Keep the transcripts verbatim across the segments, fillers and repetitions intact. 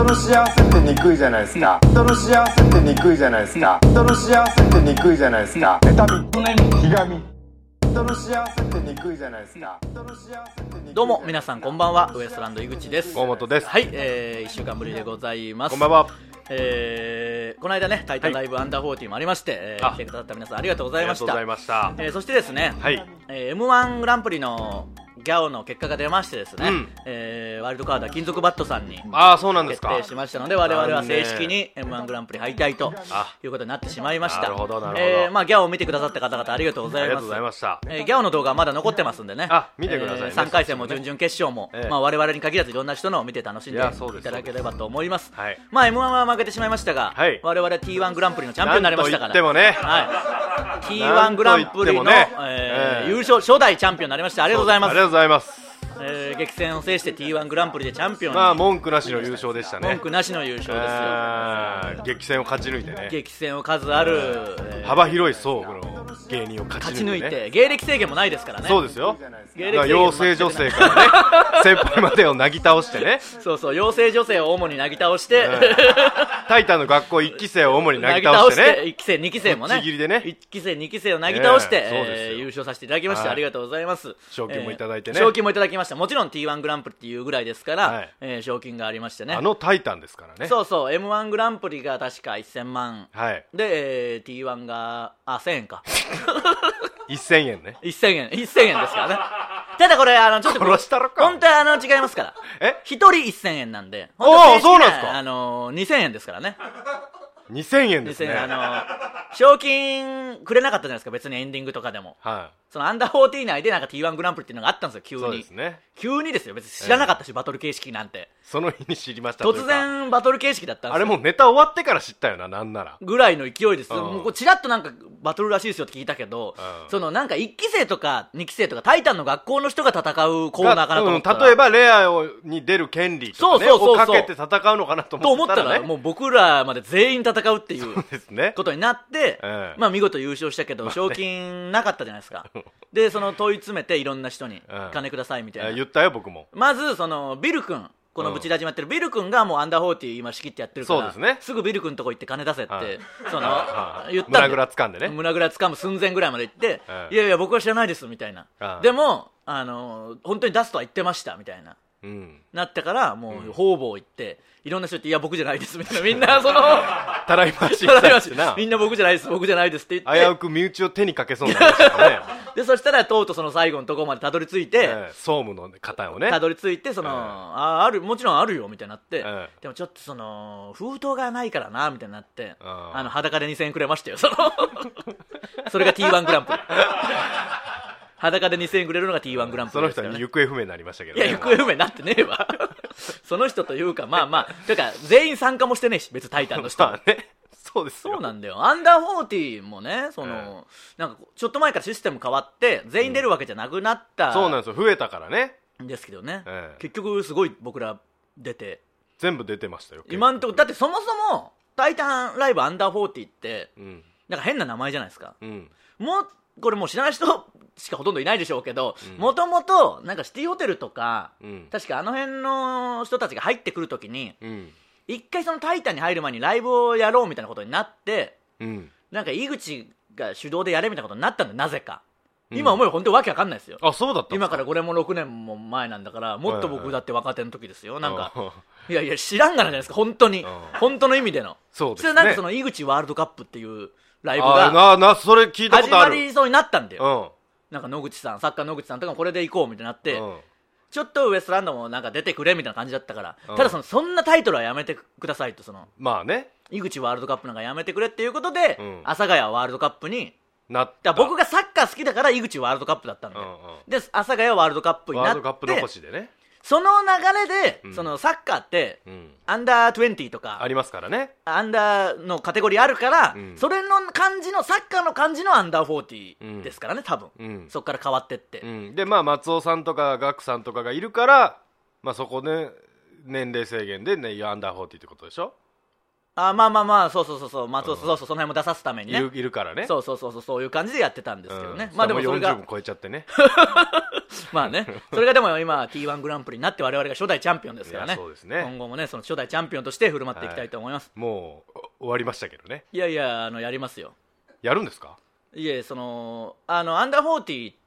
人の幸せってにくいじゃないですか。人の幸せってにくいじゃないですか。人の幸せってにくいじゃないですか。妬み、ひがみ、人の幸せってにくいじゃないですか。人の幸せってにくいじゃないですか。 どうも皆さんこんばんは、ウエストランド井口です。 大本です。 はい、えー、いっしゅうかんぶりでございます。 こんばんは。 えー、この間ねタイタンライブアンダーフォーティーもありまして、えー、来てくださった皆さんありがとうございました。 ありがとうございました。 えー、そしてですね、 はいえー、エムワン グランプリのギャオの結果が出ましてですね、うん、えー、ワイルドカードは金属バットさんにあそうなんですか決定しましたので、我々は正式に エムワン グランプリ敗退ということになってしまいました。 なるほどなるほど、 えーまあ、ギャオを見てくださった方々ありがとうございます。 ありがとうございました。 えー、ギャオの動画はまだ残ってますんでね、 あ見てくださいね、 えー、さんかい戦も準々決勝も、えーまあ、我々に限らずいろんな人のを見て楽しんでいただければと思います。はい、まあ、エムワン は負けてしまいましたが、はい、我々は ティーワン グランプリのチャンピオンになりましたから、 なんといってもね、 はい、ティーワン グランプリの、ねえーえー、優勝初代チャンピオンになりました。ありがとうございます。 ありがとうございます。 えー、激戦を制して ティーワン グランプリでチャンピオンに、 まあ文句なしの優勝でしたね。 文句なしの優勝ですよ。 激戦を勝ち抜いてね、 激戦を数ある、えー、 幅広い層の芸人を勝ち抜いて、ね、 勝ち抜いて芸歴制限もないですからね。 そうですよ。養成女性からね先輩までをなぎ倒してねそうそう、養成女性を主になぎ倒して、うん、 タイタンの学校いっき生を主になぎ倒してね、 いっき生にき生もね、 ぶっちぎりでね、 いっき生にき生をなぎ倒して、 えーえー、優勝させていただきまして、はい、ありがとうございます。 賞金もいただいてね、 えー、賞金もいただきました。もちろん ティーワン グランプリっていうぐらいですから、はい、えー、賞金がありましてね、 あのタイタンですからね。 そうそう、 エムワン グランプリが確かせんまん、 はい、 で、えー、ティーワン があせんえんかせんえんね、 せんえんせんえんですからね。ただこれあのちょっと殺したろか、 本当はあの違いますから、え一人せんえんなんで、 ああそうなんですか。 あのにせんえんですからね。 にせんえんですね。 あの賞金くれなかったじゃないですか、別にエンディングとかでも、はい、そのアンダーフォーティー内でなんか ティーワン グランプリっていうのがあったんですよ、急に。 そうですね、 急にですよ、別に知らなかったし、えー、バトル形式なんてその日に知りました突然バトル形式だったんですよ。 あれもうネタ終わってから知ったよな、なんならぐらいの勢いです。もうチラッとなんかバトルらしいですよって聞いたけど、そのなんかいっき生とかにき生とかタイタンの学校の人が戦うコーナーかなと思ったら、 うん、例えばレアに出る権利とか、ね、をかけて戦うのかなと思ったら、ね、 と思ったらもう僕らまで全員戦うっていうそうですねことになって、えー、まあ見事優勝したけど、まあね、賞金なかったじゃないですかでその問い詰めていろんな人に金くださいみたいな、 うん、言ったよ僕も。 まずそのビル君、このブチラジもやってるビル君がもうアンダーフォーティー今仕切ってやってるから、 そうですね、 すぐビル君のとこ行って金出せって、はい、その、 はい、 言ったんで胸ぐら掴んでね、 胸ぐら掴む寸前ぐらいまで行って、はい、いやいや僕は知らないですみたいな、はい、でもあの本当に出すとは言ってましたみたいな、うん、なってからもう方々行って、いろんな人言って、いや僕じゃないですみたいな、みんなそのたらい回ししてな、 みんな僕じゃないです僕じゃないですって言って危うく身内を手にかけそうになりましたねでそしたらとうとうその最後のところまでたどり着いて、えー、 総務の方をねたどり着いて、その、えー、あ, あるもちろんあるよみたいになって、えー、でもちょっとその封筒がないからなみたいになって、ああの裸でにせんえんくれましたよそのそれが ティーワン グランプリ裸でにせんえんくれるのが ティーワン グランプリですから、ね、 その人に行方不明になりましたけど、ね、 いや行方不明になってねえわその人というか、まあまあというか全員参加もしてねえし、別タイタンの人も、まあね、 そうですよ。 そうなんだよ。アンダーフォーティーもね、その、えー、なんかちょっと前からシステム変わって全員出るわけじゃなくなった、 うん、そうなんですよ、増えたからねですけどね、 えー、 結局すごい僕ら出て全部出てましたよ今んとこ。だってそもそもタイタンライブアンダーフォーティーって、うん、なんか変な名前じゃないですか、うん、もうこれもう知らない人しかほとんどいないでしょうけど、もともとなんかシティホテルとか、うん、確かあの辺の人たちが入ってくるときに、うん、一回そのタイタンに入る前にライブをやろうみたいなことになって、うん、なんか井口が主導でやれみたいなことになったんだよ、なぜか、うん、今思えば本当にわけわかんないですよ。 あ、そうだったんですか。 今からごねんもろくねんも前なんだから、もっと僕だって若手の時ですよ、なんかいやいや知らんがなじゃないですか、本当に本当の意味での。 そうですね。 それなんかその井口ワールドカップっていうライブがななそれ聞いたことある、 始まりそうになったんだよ、うん、なんか野口さん、サッカー野口さんとかもこれで行こうみたいになって、うん、ちょっとウエストランドもなんか出てくれみたいな感じだったから、うん、ただそのそんなタイトルはやめてくださいと、そのまあね、 井口ワールドカップなんかやめてくれっていうことで、うん、阿佐ヶ谷ワールドカップになった。 僕がサッカー好きだから井口ワールドカップだったんで、うんうん、で阿佐ヶ谷ワールドカップになって、 ワールドカップ残しでね、 その流れで、うん、そのサッカーって、うん、アンダーにじゅうとかありますからね、 アンダーのカテゴリーあるから、うん、それの感じのサッカーの感じのアンダーフォーティーですからね、多分、うん、そこから変わってって、うん、 でまあ松尾さんとかガクさんとかがいるから、まあ、そこで年齢制限でねアンダーフォーティーってことでしょ。 あまあまあまあそうそうそうそう松尾、うん、そうそうその辺も出さすためにねいる、いるからねそうそうそうそうそういう感じでやってたんですけどね、 うん、 まあでもそれがよんじゅうも超えちゃってねまあねそれがでも今 ティーワン グランプリになって我々が初代チャンピオンですからね、 そうですね今後もねその初代チャンピオンとして振る舞っていきたいと思います、 はい、もう終わりましたけどねいやいやあのやりますよやるんですかいやそのあのアンダーフォーティーって、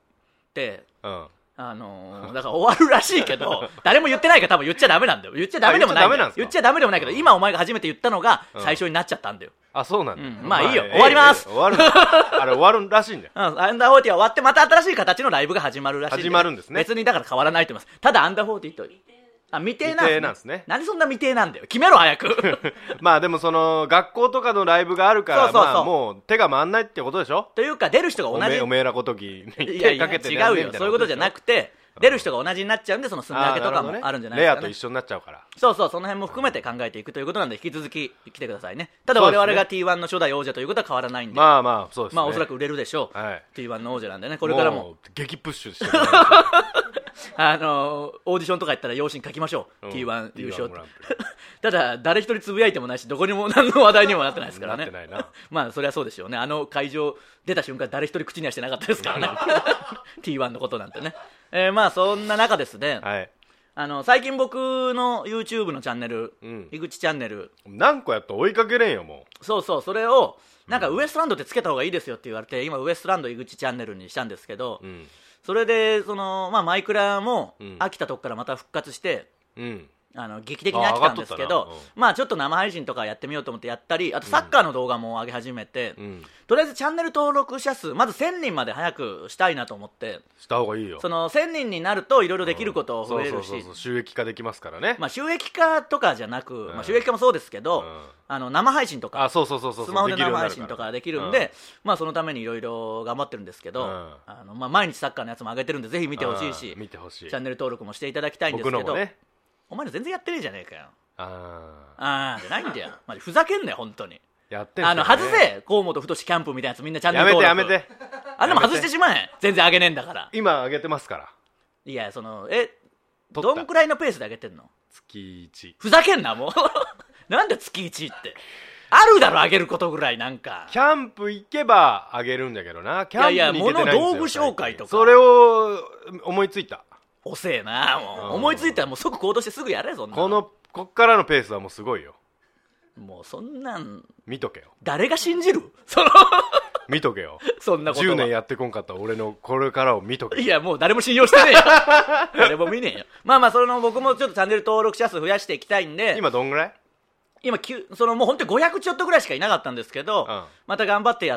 うんあのー、だから終わるらしいけど誰も言ってないから多分言っちゃダメなんだよ言っちゃダメでもないんだよ言っちゃダメでもないけど、うん、今お前が初めて言ったのが最初になっちゃったんだよ、 うん、あそうなんだ、 うん、まあいいよ、まあ、終わります、 えーえー、終わるあれ終わるらしいんだよ、 うん、アンダーフォーティーは終わってまた新しい形のライブが始まるらしいんで、 始まるんですね別にだから変わらないと思いますただアンダーフォーティーとあ未定なんですね、 未定なんですね。 なんでそんな未定なんだよ決めろ早くまあでもその学校とかのライブがあるからそうそうそう、 まあ、もう手が回んないってことでしょというか出る人が同じおめえらごときに手かけて、ね、いやいや違うよそういうことじゃなくて出る人が同じになっちゃうんでその住み分けとかもあるんじゃないですか、ね、 レアと一緒になっちゃうからそうそうその辺も含めて考えていくということなんで引き続き来てくださいねただ我々が ティーワン の初代王者ということは変わらないんでまあまあそうですねまあおそらく売れるでしょう、はい、ティーワン の王者なんでねこれからももう激プッシュしてるあのー、オーディションとか行ったら用紙に書きましょう、うん、ティーワン 優勝ただ誰一人つぶやいてもないしどこにも何の話題にもなってないですからねまあそれはそうでしょうねあの会場出た瞬間誰一人口にはしてなかったですからねティーワン のことなんてね、えー、まあそんな中ですね、はい、あの最近僕の YouTube のチャンネル、うん、井口チャンネル何個やったら追いかけれんよもうそうそうそれをなんかウエストランドってつけた方がいいですよって言われて今ウエストランド井口チャンネルにしたんですけど、うんそれでその、まあ、マイクラも飽きたとこからまた復活して、うん、あの劇的に飽きたんですけど、うん、まあちょっと生配信とかやってみようと思ってやったりあとサッカーの動画も上げ始めて、うん、とりあえずチャンネル登録者数まずせんにんまで早くしたいなと思ってした方がいいよそのせんにんになるといろいろできること増えるし収益化できますからね、 まあ、収益化とかじゃなく、うんまあ、収益化もそうですけど、うんあの生配信とかスマホで生配信とかできるんで、うんまあ、そのためにいろいろ頑張ってるんですけど、うんあのまあ、毎日サッカーのやつも上げてるんでぜひ見てほしいし、 見てほしいチャンネル登録もしていただきたいんですけど、ね、お前ら全然やってねえじゃねえかよああじゃないんだよマジふざけんなよ本当にやってんすよ、ね、 あの外せ河本太キャンプみたいなやつみんなチャンネル登録やめてやめてあんなも外してしまえ全然上げねえんだから今上げてますからいやそのえどんくらいのペースで上げてんの月いちふざけんなもうなんで月いちってあるだろ上げることぐらいなんかキャンプ行けば上げるんだけどなキャンプに行けてないんですよいやいや物道具紹介とかそれを思いついた遅えなもう、うん、思いついたらもう即行動してすぐやれそんなこのこっからのペースはもうすごいよもうそんなん見とけよ誰が信じるその見とけよそんなことじゅうねんやってこんかった俺のこれからを見とけいやもう誰も信用してねえよ誰も見ねえよまあまあその僕もちょっとチャンネル登録者数増やしていきたいんで今どんぐらい今そのもう本当にごひゃくちょっとぐらいしかいなかったんですけど、うん、また頑張ってやって、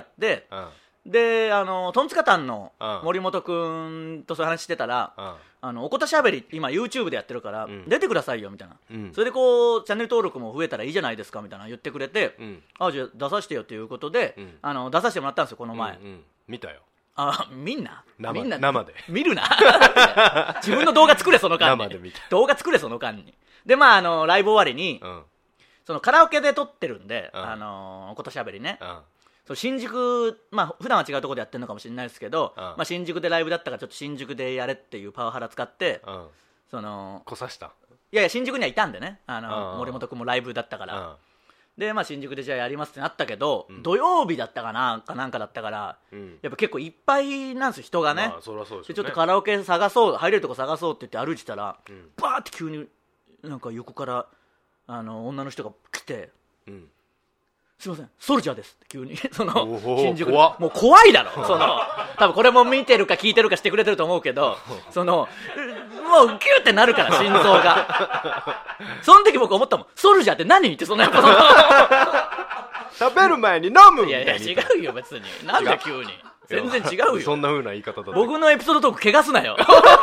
うん、であのトンツカタンの森本君とそういう話してたら、うん、あのおこたしゃべり今 YouTube でやってるから、うん、出てくださいよみたいな、うん、それでこうチャンネル登録も増えたらいいじゃないですかみたいな言ってくれて、うん、あじゃあ出させてよということで、うん、あの出させてもらったんですよこの前、うんうん、 見たよあみんな生みんな生で見るな自分の動画作れその間に生で見た動画作れその間にでまああのライブ終わりに、うんそのカラオケで撮ってるんで、うん、あのー、ことしゃべりね、うん、そう新宿、まあ普段は違うところでやってるのかもしれないですけど、うんまあ、新宿でライブだったからちょっと新宿でやれっていうパワハラ使って、うん、そのこさしたいやいや新宿にはいたんでねあの、うん、森本君もライブだったから、うん、でまあ新宿でじゃあやりますってなったけど、うん、土曜日だったかなかなんかだったから、うん、やっぱ結構いっぱいなんですよ人がね、まあ、そりゃそうですよねでちょっとカラオケ探そう入れるとこ探そうって言って歩いてたら、うん、バーって急になんか横からあの女の人が来てうん、すいませんソルジャーですって急にその新宿もう怖いだろその多分これも見てるか聞いてるかしてくれてると思うけどそのもうギューってなるから心臓がその時僕思ったもんソルジャーって何ってそのやっぱその食べる前に飲むいやいや違うよ別になんで急に全然違うよそんな風な言い方だった僕のエピソードトーク汚すなよ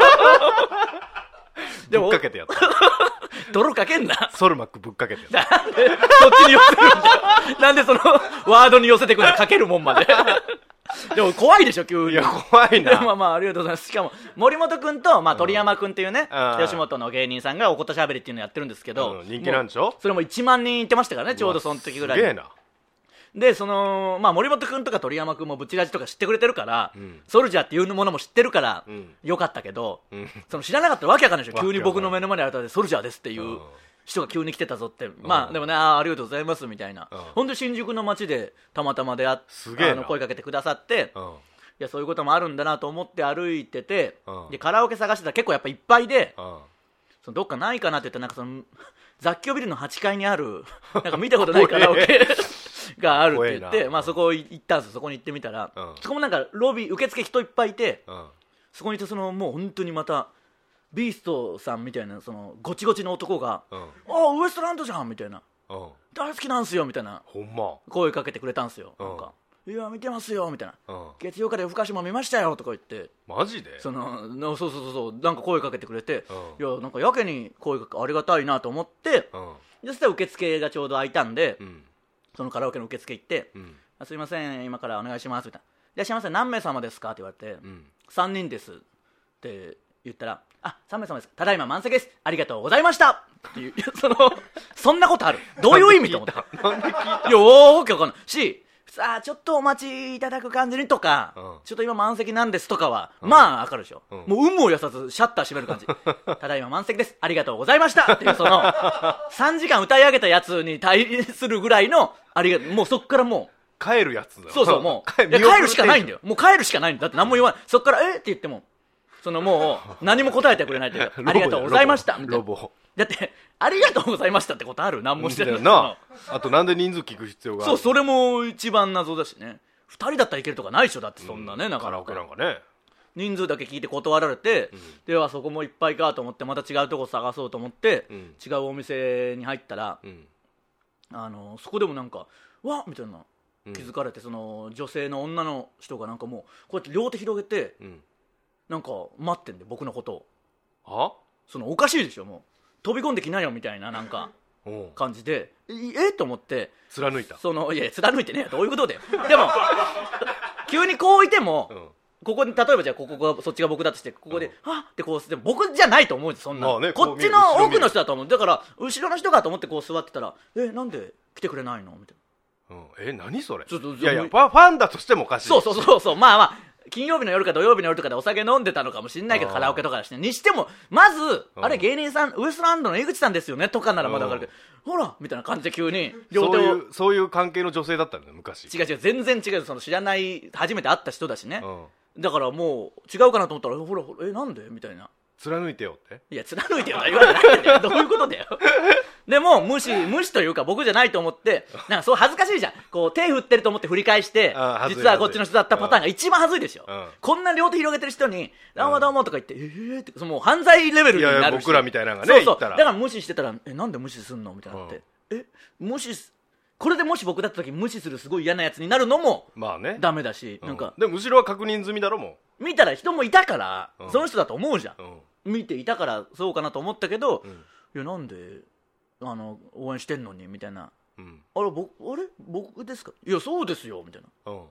でもぶっかけてやった泥かけんなソルマックぶっかけてやったなんでそっちに寄せるんだなんでそのワードに寄せてくるのかけるもんまででも怖いでしょ急にいや怖いなまあまあありがとうございますしかも森本君と、まあ、鳥山君っていうね、うん、吉本の芸人さんがおことしゃべりっていうのやってるんですけど、 うん、人気なんでしょそれもいちまんにんいってましたからねちょうどその時ぐらいすげえなでその、まあ、森本君とか鳥山君もブチラジとか知ってくれてるから、うん、ソルジャーっていうものも知ってるから、うん、よかったけど、うん、その知らなかったらわけわかんないでしょ急に僕の目の前にあるとソルジャーですっていう、うん、 人が急に来てたぞって、まあでもね、あ, ありがとうございますみたいな、ほんで新宿の街でたまたま出会ってあの声かけてくださって、いやそういうこともあるんだなと思って歩いてて、でカラオケ探してたら結構やっぱいっぱいで、そのどっかないかなって言ったらなんかその雑居ビルのはちかいにあるなんか見たことないカラオケがあるって言って、まあそこ行ったんですよ。そこに行ってみたら、そこもなんかロビー受付人いっぱいいて、そこにいてそのもう本当にまたビーストさんみたいなそのゴチゴチの男が、うん、あウエストランドじゃんみたいな、うん、大好きなんすよみたいな、 ほんま声かけてくれたんですよ、うん、なんかいや見てますよみたいな、うん、月曜から夜更かしも見ましたよとか言って、 マジでそのそうそうそうそうなんか声かけてくれて、うん、いやなんかやけに声かけありがたいなと思って、うん、でそしたら受付がちょうど空いたんで、うん、そのカラオケの受付行って、うん、あすいません今からお願いしますみたいな、いらっしゃいませ何名様ですかって言われて、うん、さんにんですって言ったら、あ、さんめいさまです。ただいま満席です。ありがとうございましたっていう、その、そんなことある。どういう意味と思って。 なんで聞いた？ いや、わけわかんない。し、さあ、ちょっとお待ちいただく感じにとか、うん、ちょっと今満席なんですとかは、うん、まあ、わかるでしょ。うん、もう、有無をよさず、シャッター閉める感じ。ただいま満席です。ありがとうございましたっていう、その、さんじかん歌い上げたやつに対するぐらいの、ありがとう、もうそっからもう、 帰るやつだよ。 そうそう、もう、いや帰るしかないんだよ。もう帰るしかないんだ。だって何も言わない。そっから、えって言っても、そのもう何も答えてくれないというかありがとうございましたみたいな。だってありがとうございましたってことある？何もしてないな。あとなんで人数聞く必要がある？ そう、それも一番謎だしね。ふたりだったらいけるとかないでしょ。だってそんなね、うん、なかなかカラオケなんかね、 人数だけ聞いて断られて、うん、ではそこもいっぱいかと思ってまた違うとこ探そうと思って、うん、違うお店に入ったら、うん、あのそこでもなんかわっみたいな気づかれて、その女性の女の人がなんかもうこうやって両手広げて、うん、なんか待ってんで僕のことを。 はそのおかしいでしょ。もう飛び込んできなよみたいななんか感じでえっと思って貫いた。 そのいや貫いてねどういうことだよ。でも急にこういても、うん、ここに例えばじゃあここがそっちが僕だとしてここで、うん、はっってこうして僕じゃないと思うんですそんな、まあね、こっちの奥の人だと思う。だから後ろの人かと思ってこう座ってたらえなんで来てくれないのみたいな、うん、え何それ。 ちょっといやいやファンだとしてもおかしい。 そうそうそうそうまあまあ金曜日の夜か土曜日の夜とかでお酒飲んでたのかもしれないけどカラオケとかだしねにしてもまずあれ芸人さんウエストランドの井口さんですよねとかならまだ分かるけどほらみたいな感じで急に両手をそういうそういう関係の女性だったんだよ昔。 違う違う全然違う。その知らない初めて会った人だしね、うん、だからもう違うかなと思ったらほらほらえなんでみたいな貫いてよって。 いや貫いてよとは言わないんだよどういうことだよでも無視無視というか僕じゃないと思ってなんかそう恥ずかしいじゃん。こう手振ってると思って振り返して実はこっちの人だったパターンが一番恥ずいですよ、うん、こんな両手広げてる人にどうもどうもとか言って、うん、えーってそのもう犯罪レベルになるし。いやいや僕らみたいなのがねそうそうだから無視してたらえなんで無視すんのみたいになって、うん、え無視これでもし僕だった時無視するすごい嫌なやつになるのもまあねダメだし、うん、なんかでも後ろは確認済みだろもう見たら人もいたから、うん、その人だと思うじゃん、うん、見ていたからそうかなと思ったけど、うん、いやなんであの応援してんのにみたいな、うん、あれ僕あれ僕ですかいやそうですよみたいな、うん、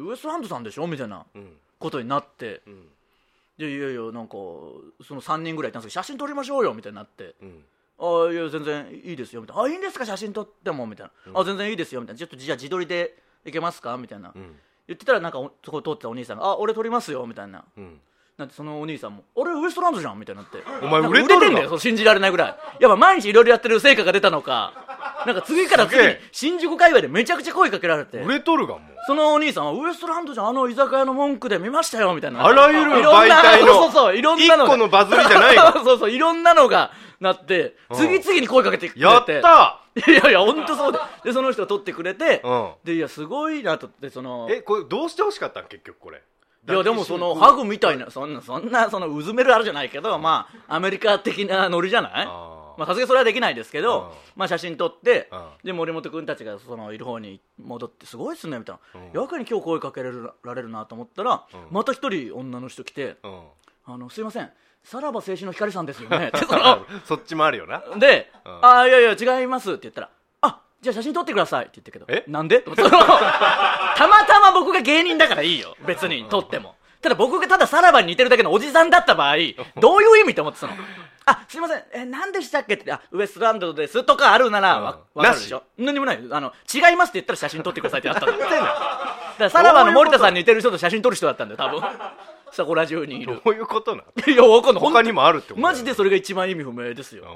ウエストランドさんでしょみたいなことになって、うん、でいやいやなんかそのさんにんぐらいいたんですけど写真撮りましょうよみたいになって、うん、あいや全然いいですよみたいなあいいんですか写真撮ってもみたいな、うん、あ全然いいですよみたいなちょっとじゃあ自撮りでいけますかみたいな、うん、言ってたらなんかそこ通ってたお兄さんがあ俺撮りますよみたいな、うんなんてそのお兄さんも俺ウエストランドじゃんみたいになってお前売れてるんだよそう信じられないぐらいやっぱ毎日いろいろやってる成果が出たのかなんか次から次に新宿界隈でめちゃくちゃ声かけられて売れとるがもうそのお兄さんはウエストランドじゃんあの居酒屋の文句で見ましたよみたいなあらゆる媒体のそうそういろんなの一個のバズりじゃないかそうそういろんなのがなって次々に声かけてくれてやったいやいや本当そうででその人が撮ってくれて、うん、でいやすごいなとってそのえこれどうしてほしかったん結局これいやでもそのハグみたいなそんなそんなそのうずめるあるじゃないけど、まあアメリカ的なノリじゃない。まあさすがにそれはできないですけど、まあ写真撮ってで森本君たちがそのいる方に戻ってすごいっすねみたいな、やけに今日声かけられるなと思ったら、また一人女の人来て、あのすいませんさらば青春の光さんですよねってそのそっちもあるよなで、あいやいや違いますって言ったらじゃあ写真撮ってくださいって言ったけどえなんでそのたまたま僕が芸人だからいいよ別に撮ってもただ僕がたださらばに似てるだけのおじさんだった場合どういう意味って思ってたのあすいませんえ何でしたっけってあウエストランドですとかあるならわ、うん、かるでしょ何もないあの違いますって言ったら写真撮ってくださいってなったんだだからさらばの森田さんに似てる人と写真撮る人だったんだよ多分そこら中にいるどういうことなのいやわかんない他にもあるってことマジでそれが一番意味不明ですよ、うん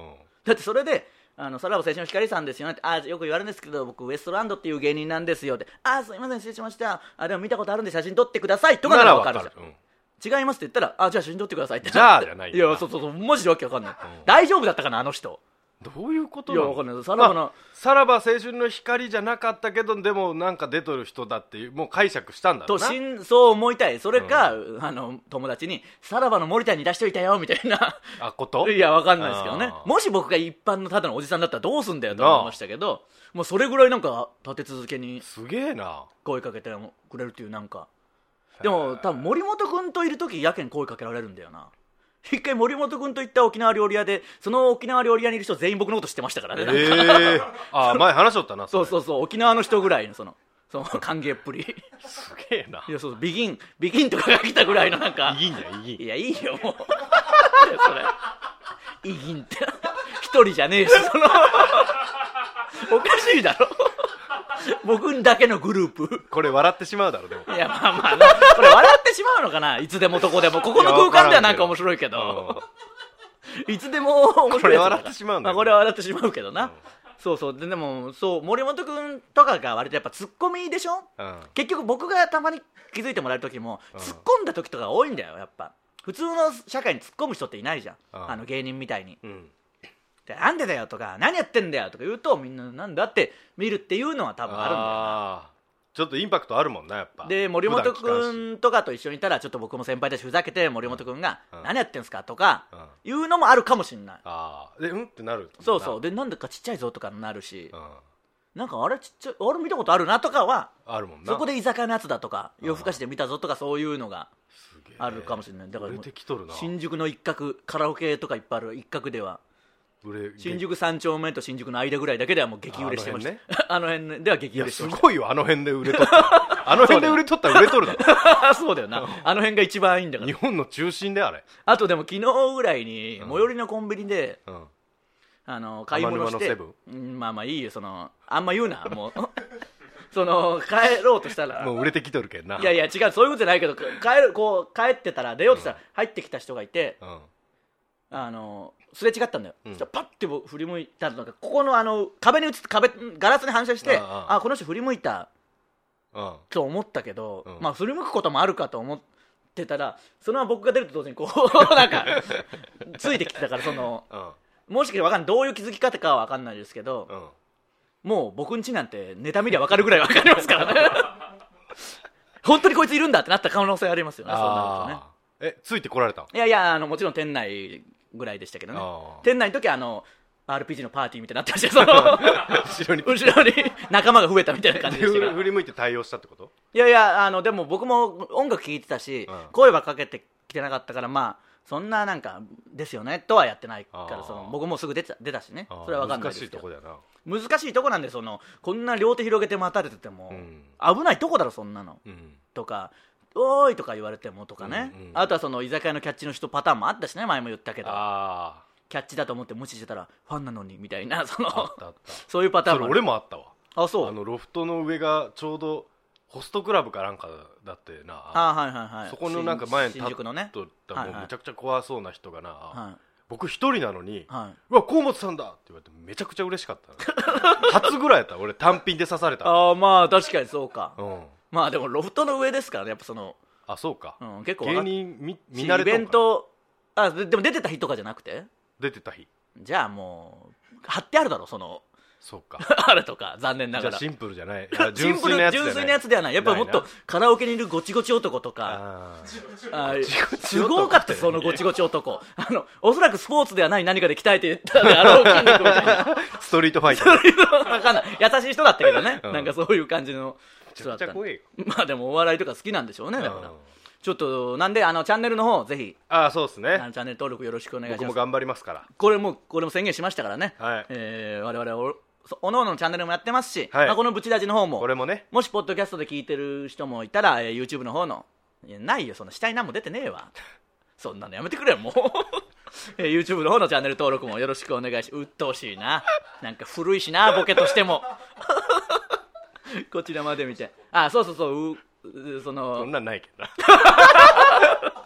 だってそれであのさらば青春の光さんですよねって、あよく言われるんですけど僕ウエストランドっていう芸人なんですよって、あすいません失礼しました、あでも見たことあるんで写真撮ってくださいとかなら分かるじゃん、うん、違いますって言ったらあじゃあ写真撮ってくださいってじゃあじゃないよいやそうそうそうマジでわけわかんない、うん、大丈夫だったかなあの人、 どういうことなの？ いやわかんない。さらばの、 まあ、さらば青春の光じゃなかったけどでもなんか出とる人だっていうもう解釈したんだろうなとしんそう思いたい。それか、うん、あの友達にさらばの森田に出しといたよみたいなあこといやわかんないですけどね。もし僕が一般のただのおじさんだったらどうすんだよと思いましたけど、もうそれぐらいなんか立て続けにすげえな声かけてくれるっていうなんかでも多分森本君といる時やけん声かけられるんだよな。一回森本君と行った沖縄料理屋でその沖縄料理屋にいる人全員僕のこと知ってましたからね。 えー、あ前話しとったなそそうそうそう沖縄の人ぐらいのそのその歓迎っぷりすげえないやそうビギンビギンとかが来たぐらいのなんかイギンやイギンいやいいよもうそれイギンって一人じゃねえしそのおかしいだろ僕だけのグループこれ笑ってしまうだろでもいやまあまあなこれ笑ってしまうのかないつでもどこでもここの空間ではなんか面白いけどいつでも面白いこれ笑ってしまうんだよ、 まあ、これは笑ってしまうけどな、うん、そうそうででもそう森本君とかが割とやっぱツッコミでしょ、うん、結局僕がたまに気づいてもらえる時も、うん、突っ込んだ時とか多いんだよやっぱ普通の社会に突っ込む人っていないじゃん、うん、あの芸人みたいに、うんでなんでだよとか何やってんだよとか言うとみんななんだって見るっていうのは多分あるんだよな。 ちょっとインパクトあるもんなやっぱで森本君とかと一緒にいたらちょっと僕も先輩たちふざけて森本君が、うん、何やってんすかとか、うん、いうのもあるかもしれない。 あでうんってなるそうそうでなんだかちっちゃいぞとかになるし、うん、なんかあれちっちゃいあれ見たことあるなとかはあるもんな。 そこで居酒屋のやつだとか夜更かしで見たぞとかそういうのがあるかもしれない。だから新宿の一角カラオケとかいっぱいある一角では新宿三丁目と新宿の間ぐらいだけではもう激売れしてました。あの辺では激売れしてました。 すごいよあの辺で売れとったあの辺で売れとったら売れとるだろそうだよなあの辺が一番いいんだから日本の中心であれ。 あとでも昨日ぐらいに最寄りのコンビニで、うん、あの買い物して、うん、まあまあいいよそのあんま言うなもうその帰ろうとしたらもう売れてきとるけんな。 いやいや違うそういうことじゃないけど帰るこう帰ってたら出ようとしたら入ってきた人がいて、うん、あのすれ違ったんだよ、うん、そしたらパッて振り向いたのがここのあの壁に映って壁ガラスに反射してああこの人振り向いたと思ったけど、うん、まあ振り向くこともあるかと思ってたらそのまま僕が出ると同時にこうなんかついてきてたからその、うん、もしかして分かんないどういう気づき方かは分かんないですけど、うん、もう僕ん家なんてネタ見りゃ分かるぐらい分かりますからね本当にこいついるんだってなった可能性ありますよね。そうなるとね。 えついてこられた？ いやいやあのもちろん店内ぐらいでしたけどね。店内の時はあの アールピージー のパーティーみたいになってましたその後ろに後ろに仲間が増えたみたいな感じでした振り向いて対応したってこと？ いやいやあのでも僕も音楽聴いてたし、うん、声はかけてきてなかったからまあそんななんかですよねとはやってないからその僕もすぐ出た出たしねそれは分かんないですけど難しいとこだな。 難しいとこなんでそのこんな両手広げて待たれてても、うん、危ないとこだろそんなの、うん、とかおーいとか言われてもとかね、うんうん、あとはその居酒屋のキャッチの人パターンもあったしね前も言ったけどあキャッチだと思って無視してたらファンなのにみたいなそのあったあったそういうパターンもそれ俺もあったわ。 あそうあのロフトの上がちょうどホストクラブかなんかだってなあ、はいはいはい、 そこのなんか前に立っとった、 ね、 もうめちゃくちゃ怖そうな人がな、 はい、 僕一人なのに、はい、うわ河本さんだって言われてめちゃくちゃ嬉しかった初ぐらいやった俺単品で刺された。 ああまあ確かにそうか、うん、まあでもロフトの上ですからねやっぱそのあそうか、 うん、結構芸人 見, 見慣れとんかイベントあ で, でも出てた日とかじゃなくて出てた日じゃあもう貼ってあるだろそのそうかあれとか残念ながらじゃあシンプルじゃない純粋なやつ純粋なやつではないやっぱりもっとカラオケにいるごちごち男とかあすごかったそのごちごち男あのおそらくスポーツではない何かで鍛えてたであろう筋肉みたいなストリートファイター分かんない優しい人だったけどね、うん、なんかそういう感じの人だった。めちゃくちゃ怖いよ。 まあでもお笑いとか好きなんでしょうねだからちょっとなんであのチャンネルの方ぜひあそうですねあのチャンネル登録よろしくお願いします。 僕も頑張りますからこれもこれも宣言しましたからね、 はいえー、我々おおのおののチャンネルもやってますし、 はいまあ、このブチラジの方もこれもねもしポッドキャストで聞いてる人もいたら、えー、YouTube の方のいやないよその下に何も出てねえわそんなのやめてくれよもう、えー、YouTube の方のチャンネル登録もよろしくお願いしうっとうしいななんか古いしなボケとしてもこちらまで見てあそうそうそううそのそんなんないけどな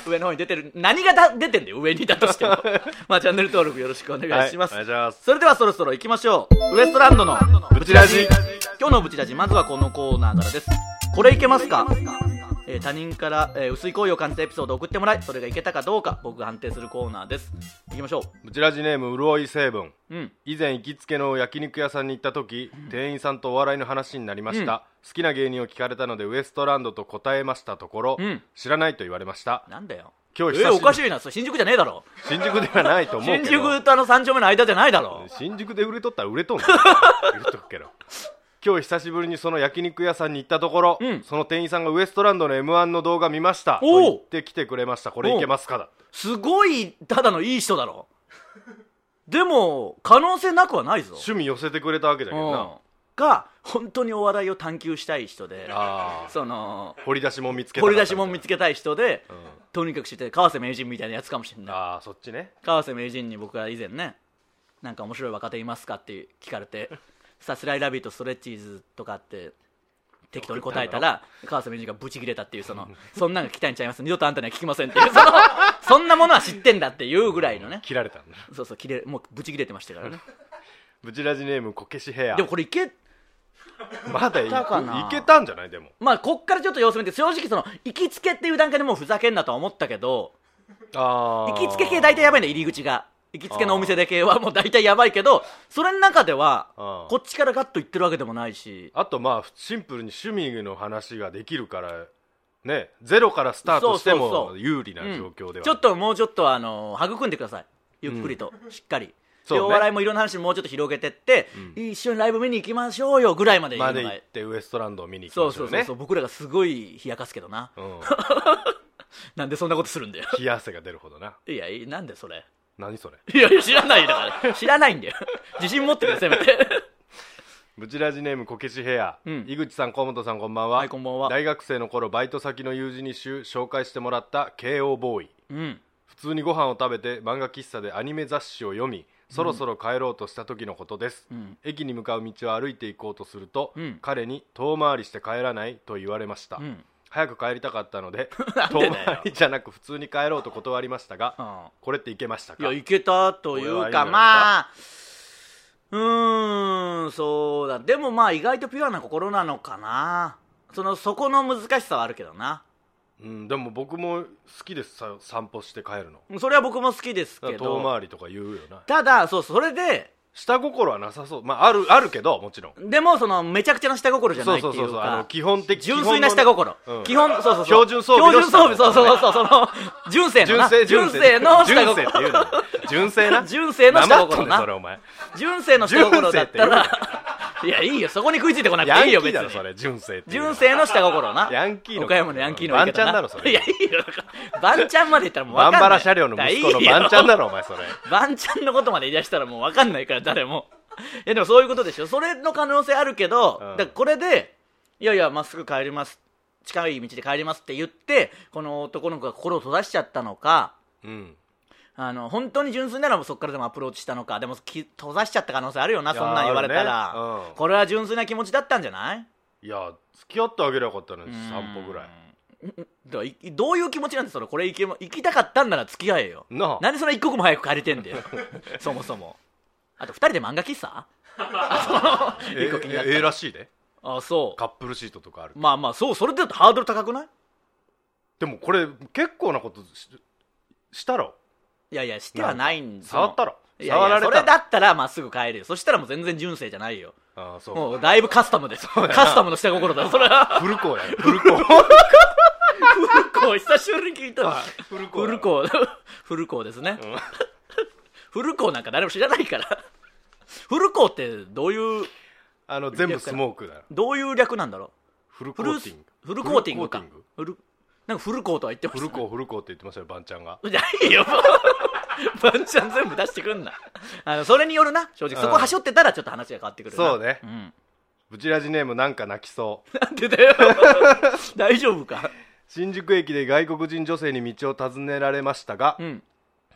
上の方に出てる何がだ出てんだよ上にだとしてもまあチャンネル登録よろしくお願いします、 はい、お願いします。 それではそろそろ行きましょう。ウエストランドのブチラジ。 今日のブチラジ、まずはこのコーナーからです。これいけますか、えー、他人から、えー、薄い好意を感じたエピソードを送ってもらい、それがいけたかどうか僕が判定するコーナーです。行きましょう。 ブチラジネーム潤い成分、 うん、 以前行きつけの焼肉屋さんに行った時、うん、店員さんとお笑いの話になりました、うん、好きな芸人を聞かれたのでウエストランドと答えましたところ、うん、知らないと言われました。 なんだよ今日久しぶり。 えー、おかしいな、それ新宿じゃねえだろ。 新宿ではないと思うけど。 新宿とあの三丁目の間じゃないだろ。 新宿で売れとったら売れとんの言うとくけど今日久しぶりにその焼肉屋さんに行ったところ、うん、その店員さんがウエストランドの エムワン の動画見ましたと言ってきてくれました。これいけますかだ。 すごいただのいい人だろでも可能性なくはないぞ。 趣味寄せてくれたわけだけどな。 が本当にお笑いを探求したい人で、 あその掘り出しも見つけた掘り出しも見つけたい人で、うん、とにかく知ってて川瀬名人みたいなやつかもしれない。 ああそっちね。 川瀬名人に僕は以前ね、なんか面白い若手いますかって聞かれてさすらいラビーとストレッチーズとかって適当に答えたら川瀬名人がブチ切れたっていう、そのそんなの聞きたいんちゃいます、二度とあんたには聞きませんっていう、そのそんなものは知ってんだっていうぐらいのね。 切られたんだ。 そうそう、切れもうブチ切れてましたからねブチラジネームこけしヘア。 でもこれいけまだいいけたんじゃない。でもまあこっからちょっと様子見て、正直その行きつけっていう段階でもうふざけんなとは思ったけど、 あ行きつけ系大体やばいんだ、入り口が。行きつけのお店で系はもう大体やばいけど、それの中ではこっちからガッと言ってるわけでもないし、 あとまあシンプルに趣味の話ができるからね、ゼロからスタートしても有利な状況では、うん、 ちょっともうちょっとあの育んでください、ゆっくりと、うん、しっかりで、お笑いもいろんな話もうちょっと広げてって、うん、一緒にライブ見に行きましょうよぐらいまで言うのが、まで行ってウエストランドを見に行きましょうね。 そうそうそう、僕らがすごい冷やかすけどな、うん、なんでそんなことするんだよ。 冷や汗が出るほどな。 いやなんでそれ。 何それ。 いやいや知らないだから知らないんだよ自信持ってくれせめてブチラジネームこけしヘア、うん、井口さん河本さんこんばんは。 はい、こんばんは。 大学生の頃バイト先の友人に紹介してもらった慶応ボーイ、うん、普通にご飯を食べて漫画喫茶でアニメ雑誌を読み、そろそろ帰ろうとした時のことです、うん、駅に向かう道を歩いていこうとすると、うん、彼に遠回りして帰らないと言われました、うん、早く帰りたかったので遠回りじゃなく普通に帰ろうと断りましたが、うん、これっていけましたか。 いやいけたというか、まあうーんそうだ、でもまあ意外とピュアな心なのかな。そのそこの難しさはあるけどな。 うん、でも僕も好きです、散歩して帰るの。 それは僕も好きですけど、 遠回りとか言うよな。 ただそうそれで下心はなさそう、まあ、あるあるけどもちろん。 でもそのめちゃくちゃな下心じゃないっていうか、そうそうそうそう、あの基本的純粋な下心、うん、基本そうそうそう標準装備の標準装備、そうそうそう、その純正のな純正の下心、純正っていうの純正な純正の下心な、 それお前純正の下心だったらいやいいよ、そこに食いついてこなくていいよ別に。ヤンキーだろそれ、 純正って純正の下心な。 ヤンキーの岡山のヤンキーのバンちゃんだろそれ。 いやいいよ、バンちゃんまで言ったらもう分かんない。 バンバラ車両の息子のバンちゃんだろお前それ。 バンちゃんのことまで言い出したらもう分かんないから誰も。いやでもそういうことでしょ。それの可能性あるけど、うん、だからこれでいやいやまっすぐ帰ります、近い道で帰りますって言ってこの男の子が心を閉ざしちゃったのか、うん、あの本当に純粋ならもうそこからでもアプローチしたのか。でもき閉ざしちゃった可能性あるよな、そんなん言われたら、ね、うん、これは純粋な気持ちだったんじゃない。 いや付き合ってあげればよかったのに散歩ぐらい。 だからどういう気持ちなんでそれ。これ行け、行きたかったんなら付き合えよな。なんでそんな一刻も早く帰りてんだよそもそも。あとふたりで漫画喫茶えええらしいで。 あそう、 カップルシートとかある。 まあまあそう、それでハードル高くない。 でもこれ結構なこと し, したろ。 いやいやしてはないんです。 触ったろ。 いやいや触られたらそれだったらまっすぐ帰るよ。そしたらもう全然純正じゃないよ。 ああそう、 もうだいぶカスタムです。カスタムの下心だそれは。 フルコーやフルコーフルコー久しぶりに聞いたわ。 フルコーフルコーフルコーですね、うん、フルコーなんか誰も知らないからフルコーってどういう、 あの全部スモークだよ。 どういう略なんだろう。 フルコーティング。 フルコーティングか。フルなんかフルコーとは言ってました、ね、 フルコーフルコーって言ってましたよバンちゃんが。 いやいいよバンちゃん全部出してくんな。あのそれによるな、正直そこはしょってたらちょっと話が変わってくるな。 そうね、 うん、 ブチラジネームなんか泣きそう。 なんでだよ大丈夫か。 新宿駅で外国人女性に道を尋ねられましたが、うん、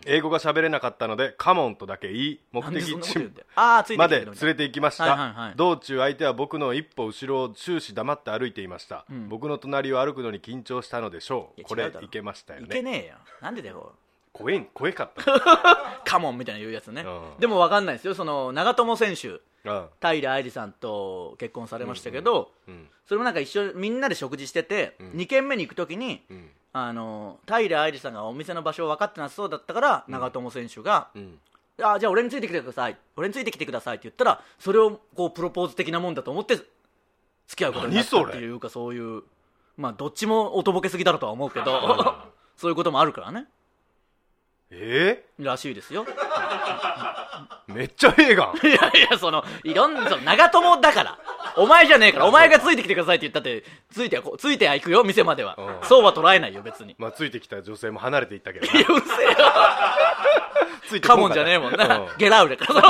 英語が喋れなかったのでカモンとだけ言い目的地まで連れて行きました、はいはいはい、道中相手は僕の一歩後ろを終始黙って歩いていました、うん、僕の隣を歩くのに緊張したのでしょう。これいけましたよね。 いけねえよ、なんでだよ。 怖い怖かったカモンみたいな言うやつね、うん、でも分かんないですよ。その長友選手、うん、平愛梨さんと結婚されましたけど、うんうんうん、それもなんか一緒みんなで食事してて、うん、に軒目に行くときに、うん、あの平愛梨さんがお店の場所を分かってなさそうだったから、うん、長友選手が、うん、あじゃあ俺についてきてください俺についてきてくださいって言ったら、それをこうプロポーズ的なもんだと思って付き合うことになったっていうか、そういう、まあどっちもおとぼけすぎだろうとは思うけどそういうこともあるからね。 えー、らしいですよめっちゃええがん。 いやいや、そのいろんなその長友だからお前じゃねえから、お前がついてきてくださいって言ったってついてはついては行くよ店までは、うん、そうは捉えないよ別に。 まあついてきた女性も離れていったけどな。 いやうるせえよついてカモンじゃねえもんな、うん、ゲラウだから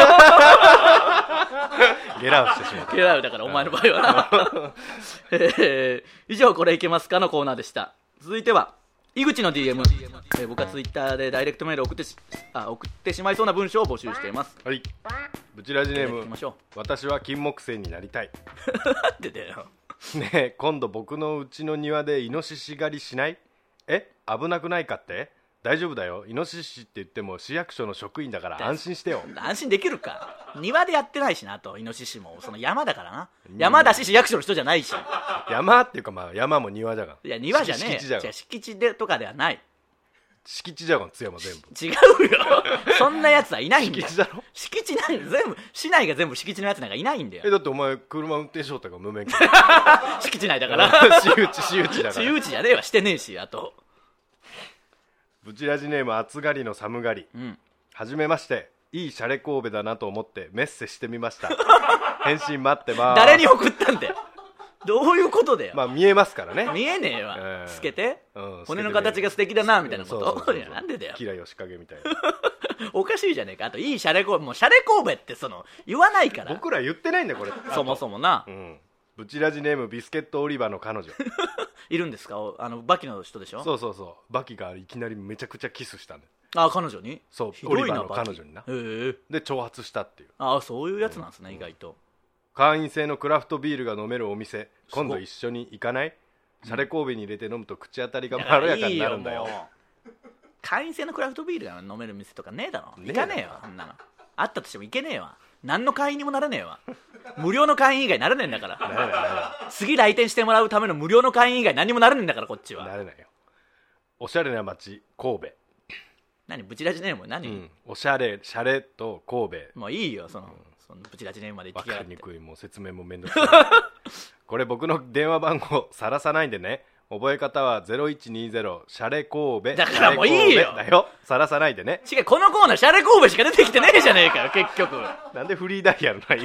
ゲラウしてしまったゲラウだからお前の場合はな、えー、以上これいけますかのコーナーでした。続いては井口の ディーエム、えー、僕はツイッターでダイレクトメールを送って し, あ送ってしまいそうな文章を募集しています。 はい。ブチラジネーム、私は金木犀になりたい。 なんでだよ。 ねえ、今度僕のうちの庭でイノシシ狩りしない？え、危なくないかって？大丈夫だよ。イノシシって言っても市役所の職員だから安心してよ。 安心できるか。庭でやってないしなと。イノシシもその山だからな。山だし市役所の人じゃないし。 山っていうかまあ山も庭じゃがん。 いや庭じゃねえ。敷地じゃがん。敷地でとかではない。 敷地じゃがん津山全部。 違うよ。そんなやつはいないんだよ。 敷地だろ。 敷地なん全部市内が全部敷地のやつなんかいないんだよ。 えだってお前車運転しようったから無免許。 敷地内だから。 私有地私有地だから。 私有地じゃねえわしてねえしあと。 ブチラジネーム暑がりの寒がり、うん、はじめまして。いいシャレ神戸だなと思ってメッセしてみました。返信待ってます。 誰に送ったんだよ。どういうことだよ。 まあ見えますからね。 見えねえわ、えー、透けて、うん、骨の形が素敵だなみたいなこと。いやなんでだよ。 キラヨシカゲみたいな。 おかしいじゃねえか。あといいシャレ神戸、もうシャレ神戸ってその言わないから。 僕ら言ってないんだよこれ。 そもそもな、うん、 ブチラジネームビスケットオリバーの彼女。 いるんですか。あのバキの人でしょ。 そうそうそう。バキがいきなりめちゃくちゃキスしたんだよ。 あ彼女に。 そうオリバーの彼女にな。へえ。で挑発したっていう。 あそういうやつなんですね、うん、意外と。 会員制のクラフトビールが飲めるお店、今度一緒に行かない？シャレ神戸に入れて飲むと口当たりがまろやかになるんだよ。いいよ会員制のクラフトビールが飲める店とかねえだろ。行かねえよそんなの。あったとしても行けねえわ。何の会員にもならねえわ。無料の会員以外ならねえんだから。なれないなれない。次来店してもらうための無料の会員以外何もならねえんだからこっちは。 なれないよ。おしゃれな街神戸。 何ブチラジネーム何、うん、 おしゃれシャレと神戸。 もういいよその、うん、そのブチラジネームまで言ってきやがって。 分かりにくいもう説明もめんどくさい。これ僕の電話番号さらさないんでね。覚え方はゼロいちにゼロシャレ神戸。 だからもういいよだよ。さらさないでね。 違うこのコーナーシャレ神戸しか出てきてねえじゃねえかよ結局。 なんでフリーダイヤルない。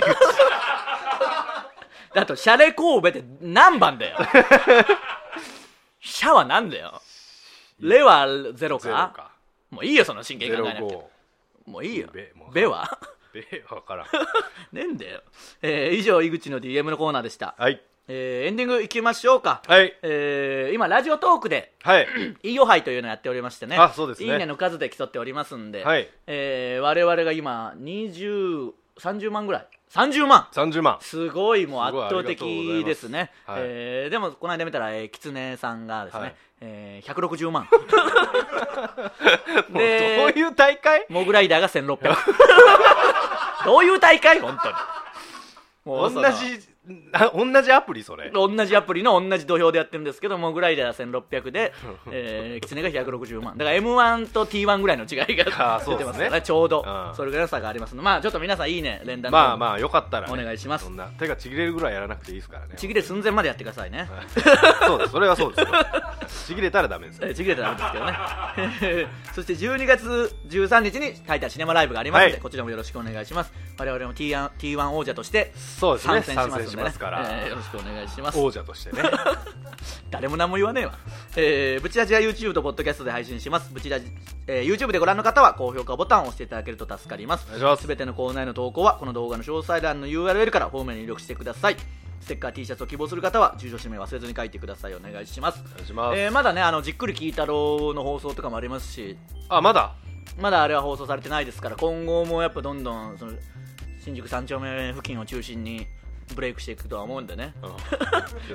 だとシャレ神戸って何番だよ。シャは何だよ。レはゼロか。ゼロか。もういいよその真剣考えなくて。もういいよ。ベ, ベはベわからん。 ねんだよ、えー、以上井口の ディーエム のコーナーでした。 はい、 えー、エンディングいきましょうか。 はい、 えー、今ラジオトークで、 はい、 いいよ杯というのをやっておりましてね。 あそうですね。 いいねの数で競っておりますんで、 はい、 えー、我々が今にじゅう、さんじゅうまんぐらい。さんじゅうまん。 さんじゅうまん。 すごいもう圧倒的ですね。はい、えー、でもこの間見たら、えー、キツネさんがですね、はい、えー、ひゃくろくじゅうまん。 でどういう大会？ モグライダーがせんろっぴゃく。どういう大会本当に。 もう同じ同じアプリそれ。 同じアプリの同じ土俵でやってるんですけど、モグライダーはせんろっぴゃくで、えー、キツネがひゃくろくじゅうまん。だから エムワン と ティーワン ぐらいの違いが出てますからね。ちょうど、うん、それぐらいの差がありますので、まあちょっと皆さんいいね連打まあまあよかったら、 ね、お願いします。 そんな手がちぎれるぐらいやらなくていいですからね。 ちぎれ寸前までやってくださいね。 そうですそれはそうですよ。ちぎれたらダメです、ね、 ちぎれたらダメですけどね。そしてじゅうにがつじゅうさんにちにタイタンシネマライブがありますので、はい、こちらもよろしくお願いします。我々も ティーワン 王者として参戦しますので、ね、 しますから、 えー、よろしくお願いします。 王者としてね。 誰も何も言わねえわ。えー、ブチラジは YouTube と Podcast で配信します。ブチラジ、えー、YouTube でご覧の方は高評価ボタンを押していただけると助かります。すべてのコーナーへの投稿はこの動画の詳細欄の ユーアールエル からフォームに入力してください。ステッカー T シャツを希望する方は住所氏名忘れずに書いてください。お願いします。 お願いします。 えー、まだねあのじっくり聞いたろうの放送とかもありますし。 あまだまだあれは放送されてないですから、今後もやっぱどんどんその新宿三丁目付近を中心にブレイクしていくとは思うんでね、 うん、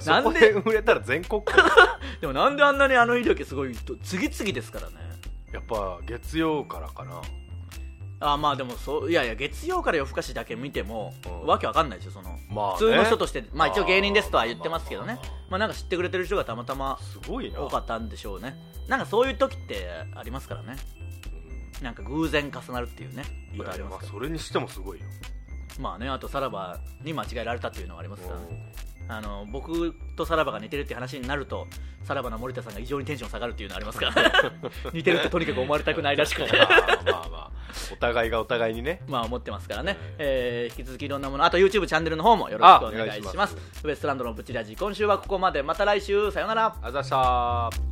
なんでそこで売れたら全国区でもなんであんなにあの日すごい人次々ですからね。 やっぱ月曜からかな。 あまあでもそういやいや月曜から夜更かしだけ見ても、うん、わけわかんないですよその、まあね、普通の人としてまあ一応芸人ですとは言ってますけどね、まあ、まあまあなんか知ってくれてる人がたまたますごいな多かったんでしょうね。なんかそういう時ってありますからね、うん、なんか偶然重なるっていうねことありますから。 いやいや、まあそれにしてもすごいよ。 まあね、あとさらばに間違えられたっていうのがありますから、ね、あの僕とさらばが似てるって話になるとさらばの森田さんが異常にテンション下がるっていうのがありますから似てるってとにかく思われたくないらしくてまあまあまあお互いがお互いにねまあ思ってますからね、えー、引き続きいろんなもの、あと YouTube チャンネルの方もよろしくお願いします。ウエストランドのブチラジ、今週はここまで。また来週、さよなら。 ありがとうございました。